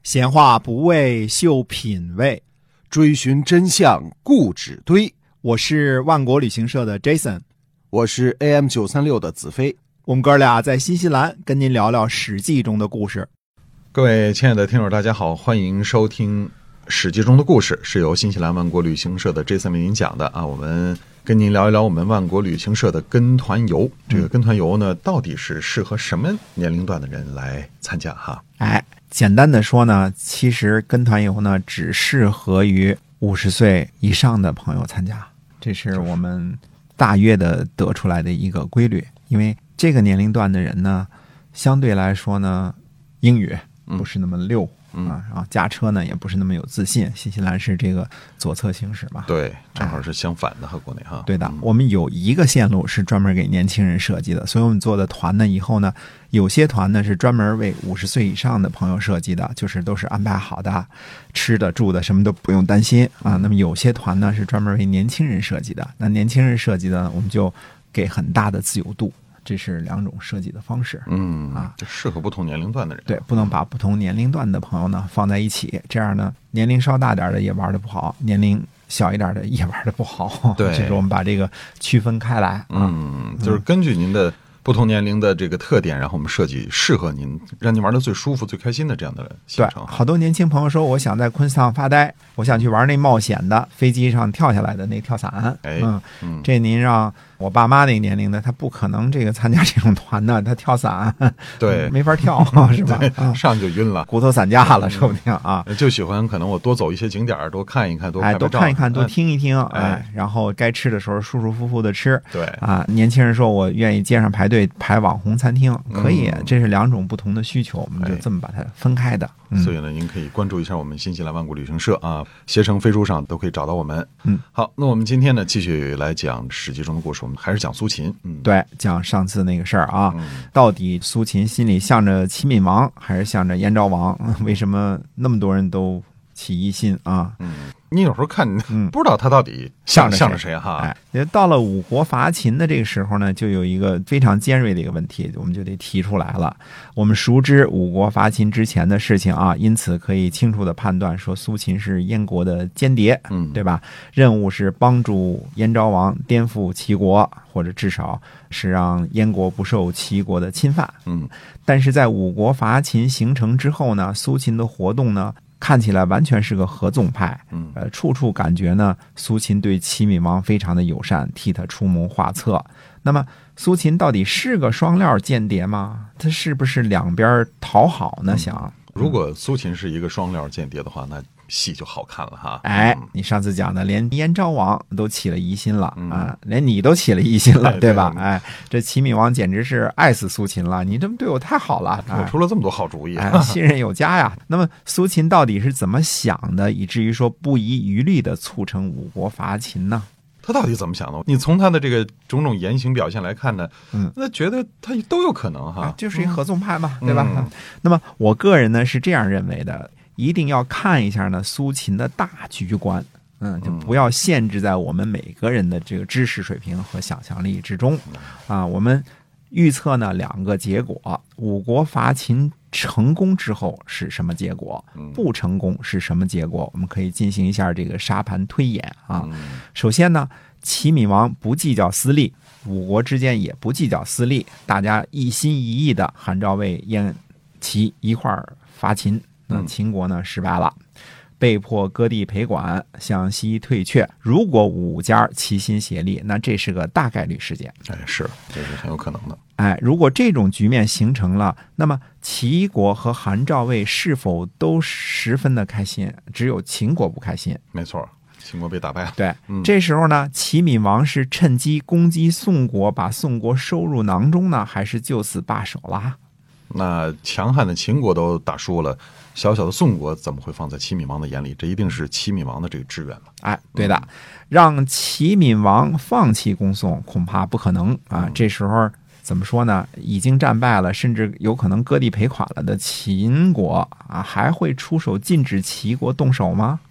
闲话不为秀品味， 追寻真相固执堆。 我是万国旅行社的 Jason， 我是 AM936 的子飞。 我们哥俩在新西兰跟您聊聊史记中的故事。 各位亲爱的听友大家好，欢迎收听史记中的故事，是由新西兰万国旅行社的 Jason 为您讲的啊。我们跟您聊一聊我们万国旅行社的跟团游。这个跟团游呢，到底是适合什么年龄段的人来参加哈？ 简单的说呢，其实跟团游呢只适合于50岁以上的朋友参加，这是我们大约的得出来的一个规律。因为这个年龄段的人呢，相对来说呢，英语不是那么溜然后驾车呢也不是那么有自信。新西兰是这个左侧行驶嘛， 对，正好是相反的和国内哈。 对的，我们有一个线路是专门给年轻人设计的，所以我们做的团呢，以后呢，有些团呢是专门为50岁以上的朋友设计的，就是都是安排好的，吃的住的什么都不用担心啊。那么有些团呢是专门为年轻人设计的，那年轻人设计的呢，我们就给很大的自由度。这是两种设计的方式， 这适合不同年龄段的人。 对，不能把不同年龄段的朋友呢放在一起，这样呢，年龄稍大点的也玩得不好，年龄小一点的也玩得不好。 对， 这是我们把这个区分开来就是根据您的不同年龄的这个特点，然后我们设计适合您，让您玩得最舒服、最开心的这样的行程。 对，好多年轻朋友说，我想在昆士兰发呆，我想去玩那冒险的飞机上跳下来的那跳伞。这您让我爸妈那个年龄的，他不可能这个参加这种团的，他跳伞， 对， 没法跳，是吧？ 上就晕了， 骨头散架了，说不定啊。 就喜欢可能我多走一些景点，多看一看，多多看一看，多听一听，然后该吃的时候舒舒服服的吃。 对啊，年轻人说我愿意街上排队排网红餐厅，可以，这是两种不同的需求，我们就这么把它分开的。 所以呢，您可以关注一下我们新西兰万国旅行社啊，携程、飞书上都可以找到我们。好，那我们今天呢继续来讲史记中的故事，我们还是讲苏秦。 对，讲上次那个事儿啊，到底苏秦心里向着齐闵王还是向着燕昭王？为什么那么多人都起疑心啊？ 你有时候看不知道他到底向着谁哈。 到了五国伐秦的这个时候呢，就有一个非常尖锐的一个问题，我们就得提出来了。我们熟知五国伐秦之前的事情啊，因此可以清楚的判断说苏秦是燕国的间谍，对吧？任务是帮助燕昭王颠覆齐国，或者至少是让燕国不受齐国的侵犯。但是在五国伐秦形成之后呢，苏秦的活动呢，看起来完全是个合纵派，处处感觉呢，苏秦对齐闵王非常的友善，替他出谋划策。那么苏秦到底是个双料间谍吗？他是不是两边讨好呢？ 如果苏秦是一个双料间谍的话，那戏就好看了哈。 你上次讲的，连燕昭王都起了疑心了啊，连你都起了疑心了，对吧？这齐闵王简直是爱死苏秦了，你这么对我太好了， 我出了这么多好主意， 信任有加呀。那么苏秦到底是怎么想的，以至于说不遗余力的促成五国伐秦呢？ 他到底怎么想的？你从他的这个种种言行表现来看呢，那觉得他都有可能哈， 就是一合纵派嘛，对吧？那么我个人呢是这样认为的，一定要看一下呢苏秦的大局观，就不要限制在我们每个人的这个知识水平和想象力之中啊。我们预测呢两个结果，五国伐秦成功之后是什么结果，不成功是什么结果，我们可以进行一下这个沙盘推演啊。首先呢，齐闵王不计较私利，五国之间也不计较私利，大家一心一意的韩赵魏燕齐一块儿伐秦。那秦国呢失败了，被迫割地赔款，向西退却。如果五家齐心协力，那这是个大概率事件。 是，这是很有可能的。 如果这种局面形成了，那么齐国和韩赵魏是否都十分的开心？只有秦国不开心。 没错，秦国被打败了。 对，这时候呢，齐闵王是趁机攻击宋国，把宋国收入囊中呢，还是就此罢手了？ 那强悍的秦国都打输了，小小的宋国怎么会放在齐闵王的眼里？这一定是齐闵王的这个志愿了。 对的，让齐闵王放弃攻宋恐怕不可能啊。这时候怎么说呢？已经战败了，甚至有可能割地赔款了的秦国啊，还会出手禁止齐国动手吗？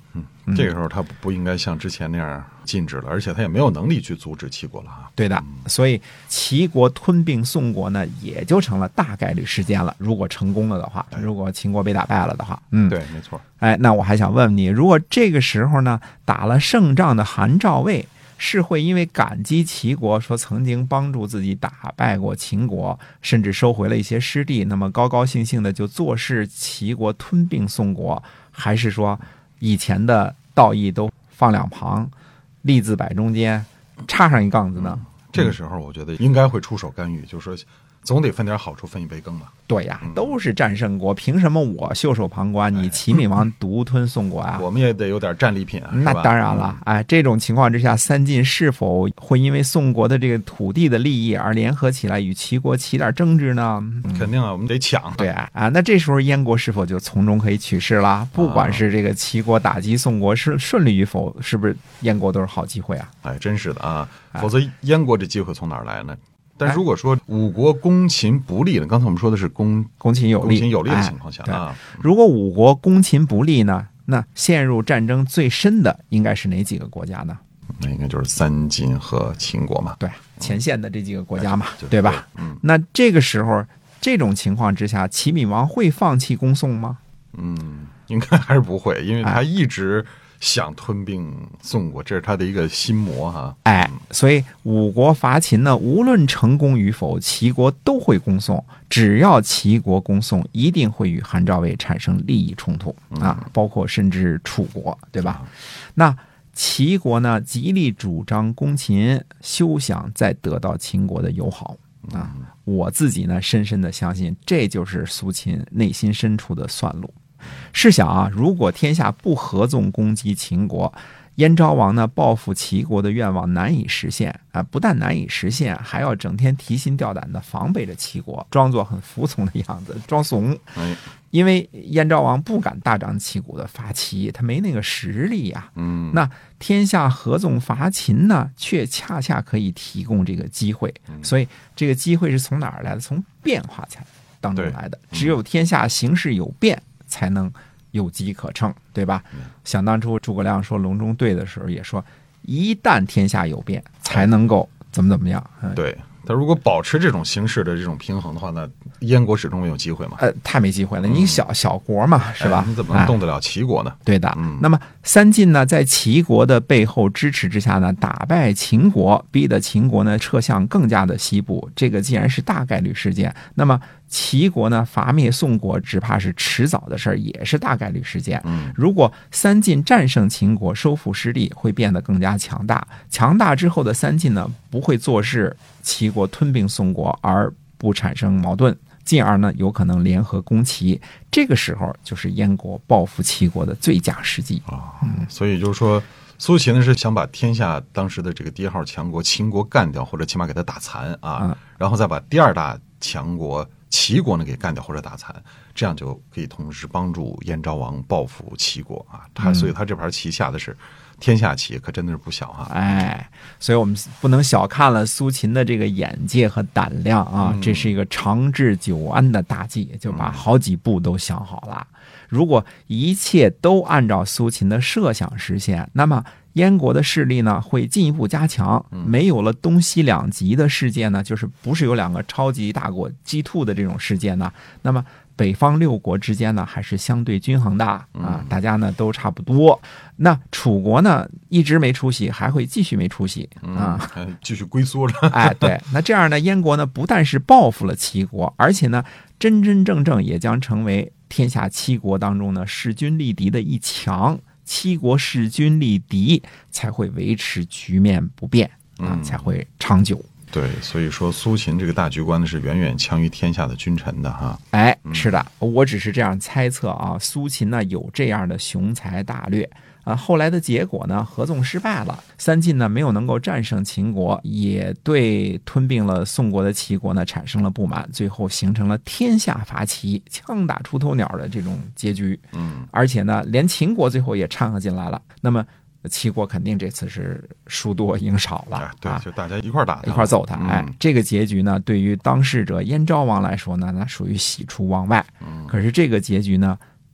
这个时候他不应该像之前那样禁止了，而且他也没有能力去阻止齐国了啊。 对的，所以齐国吞并宋国呢，也就成了大概率事件了。如果成功了的话，如果秦国被打败了的话， 对，没错。 哎，那我还想问问你，如果这个时候呢，打了胜仗的韩赵魏是会因为感激齐国，说曾经帮助自己打败过秦国，甚至收回了一些失地，那么高高兴兴的就坐视齐国吞并宋国，还是说以前的道义都放两旁，利字摆中间，插上一杠子呢？ 这个时候我觉得应该会出手干预，就是说总得分点好处，分一杯羹嘛。 对呀，都是战胜国，凭什么我袖手旁观，你齐闵王独吞宋国啊？ 我们也得有点战利品啊。 那当然了，哎，这种情况之下，三晋是否会因为宋国的这个土地的利益而联合起来与齐国起点争执呢？ 肯定啊，我们得抢。 对啊，那这时候燕国是否就从中可以取势了？不管是这个齐国打击宋国是顺利与否，是不是燕国都是好机会啊？ 哎，真是的啊，否则燕国这机会从哪儿来呢？但如果说五国攻秦不利呢？刚才我们说的是攻秦有利的情况下啊， 如果五国攻秦不利呢，那陷入战争最深的应该是哪几个国家呢？ 那应该就是三晋和秦国嘛。 对，前线的这几个国家嘛， 对吧？那这个时候这种情况之下，齐闵王会放弃攻宋吗？ 应该还是不会，因为他一直想吞并宋国，这是他的一个心魔哈。 所以五国伐秦呢，无论成功与否，齐国都会攻宋。只要齐国攻宋，一定会与韩赵魏产生利益冲突啊，包括甚至楚国，对吧？那齐国呢，极力主张攻秦，休想再得到秦国的友好啊。我自己呢，深深的相信，这就是苏秦内心深处的算路。试想啊，如果天下不合纵攻击秦国，燕昭王呢报复齐国的愿望难以实现啊！不但难以实现，还要整天提心吊胆的防备着齐国，装作很服从的样子，装怂。因为燕昭王不敢大张旗鼓的伐齐，他没那个实力呀。那天下合纵伐秦呢，却恰恰可以提供这个机会。所以这个机会是从哪儿来的？从变化才当中来的。只有天下形势有变，才能有机可乘，对吧？想当初诸葛亮说隆中对的时候也说，一旦天下有变，才能够怎么样。 对，他如果保持这种形势的这种平衡的话，那燕国始终没有机会嘛。 太没机会了，你小国嘛，是吧？ 你怎么能动得了齐国呢？ 对的。那么三晋呢，在齐国的背后支持之下呢，打败秦国，逼得秦国呢撤向更加的西部。这个既然是大概率事件，那么齐国呢伐灭宋国，只怕是迟早的事儿，也是大概率事件。如果三晋战胜秦国，收复失地，会变得更加强大。强大之后的三晋呢，不会坐视齐国吞并宋国而不产生矛盾，进而呢有可能联合攻齐。这个时候就是燕国报复齐国的最佳时机所以就是说，苏秦呢是想把天下当时的这个第一号强国秦国干掉，或者起码给他打残啊，然后再把第二大强国齐国呢给干掉或者打残，这样就可以同时帮助燕昭王报复齐国啊。所以他这盘棋下的是天下棋，可真的是不小哈。 所以我们不能小看了苏秦的这个眼界和胆量啊，这是一个长治久安的大计，就把好几步都想好了。如果一切都按照苏秦的设想实现，那么燕国的势力呢会进一步加强，没有了东西两极的事件呢，就是不是有两个超级大国 G2 的这种事件呢，那么北方六国之间呢还是相对均衡的啊，大家呢都差不多。那楚国呢一直没出息，还会继续没出息啊， 继续龟缩着。 对，那这样呢，燕国呢不但是报复了齐国，而且呢真真正正也将成为天下七国当中呢势均力敌的一强。七国势均力敌，才会维持局面不变啊，才会长久。 对，所以说苏秦这个大局观呢是远远强于天下的君臣的哈。 是的，我只是这样猜测啊。苏秦呢有这样的雄才大略啊，后来的结果呢，合纵失败了，三晋呢没有能够战胜秦国，也对吞并了宋国的齐国呢产生了不满，最后形成了天下伐齐，枪打出头鸟的这种结局。而且呢，连秦国最后也掺和进来了。那么齐国肯定这次是输多赢少了， 对，就大家一块打， 一块揍他。这个结局呢，对于当事者燕昭王来说呢，那属于喜出望外。可是这个结局呢，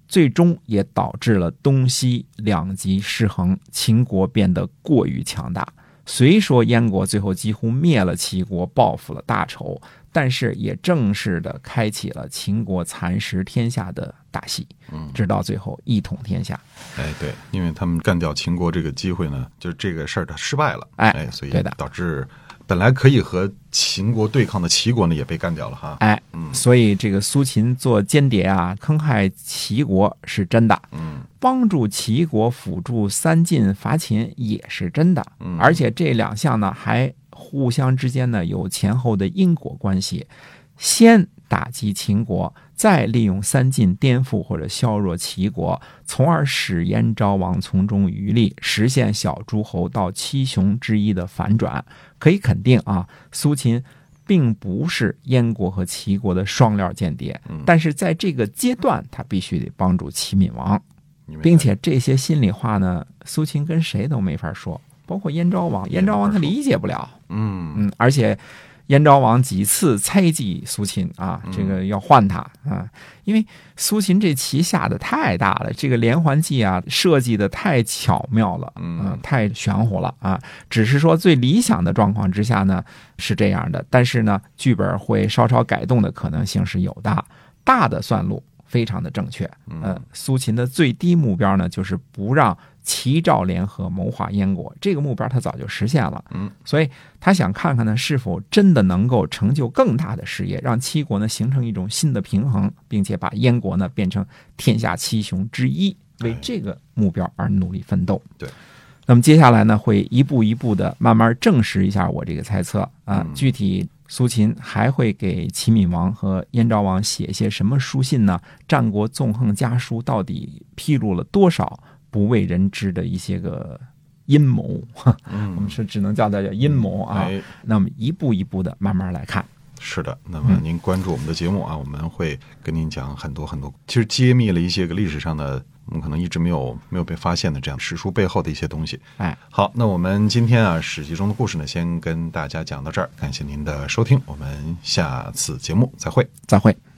最终也导致了东西两极失衡，秦国变得过于强大。虽说燕国最后几乎灭了齐国，报复了大仇，但是也正式的开启了秦国蚕食天下的大戏，直到最后一统天下。 对，因为他们干掉秦国这个机会呢，就是这个事儿它失败了，所以导致本来可以和秦国对抗的齐国呢也被干掉了哈。 所以这个苏秦做间谍啊，坑害齐国是真的，帮助齐国辅助三晋伐秦也是真的，而且这两项呢还互相之间呢有前后的因果关系，先打击秦国，再利用三晋颠覆或者削弱齐国，从而使燕昭王从中渔利，实现小诸侯到七雄之一的反转。可以肯定啊，苏秦并不是燕国和齐国的双料间谍，但是在这个阶段他必须得帮助齐闵王，并且这些心里话呢，苏秦跟谁都没法说，包括燕昭王，燕昭王他理解不了。而且燕昭王几次猜忌苏秦啊，这个要换他啊，因为苏秦这棋下的太大了，这个连环计啊设计的太巧妙了，太玄乎了啊。只是说最理想的状况之下呢是这样的，但是呢剧本会稍稍改动的可能性是有的，大的算路非常的正确。苏秦的最低目标呢就是不让齐赵联合谋划燕国，这个目标他早就实现了。所以他想看看呢是否真的能够成就更大的事业，让齐国呢形成一种新的平衡，并且把燕国呢变成天下七雄之一，为这个目标而努力奋斗。 对。 那么接下来呢会一步一步的慢慢证实一下我这个猜测啊。具体苏秦还会给齐闵王和燕昭王写些什么书信呢？战国纵横家书到底披露了多少不为人知的一些个阴谋？我们是只能叫它叫阴谋啊。那么一步一步的慢慢来看。 是的，那么您关注我们的节目啊，我们会跟您讲很多很多，其实揭秘了一些个历史上的我们可能一直没有被发现的这样史书背后的一些东西。好，那我们今天啊史记中的故事呢，先跟大家讲到这儿，感谢您的收听，我们下次节目再会。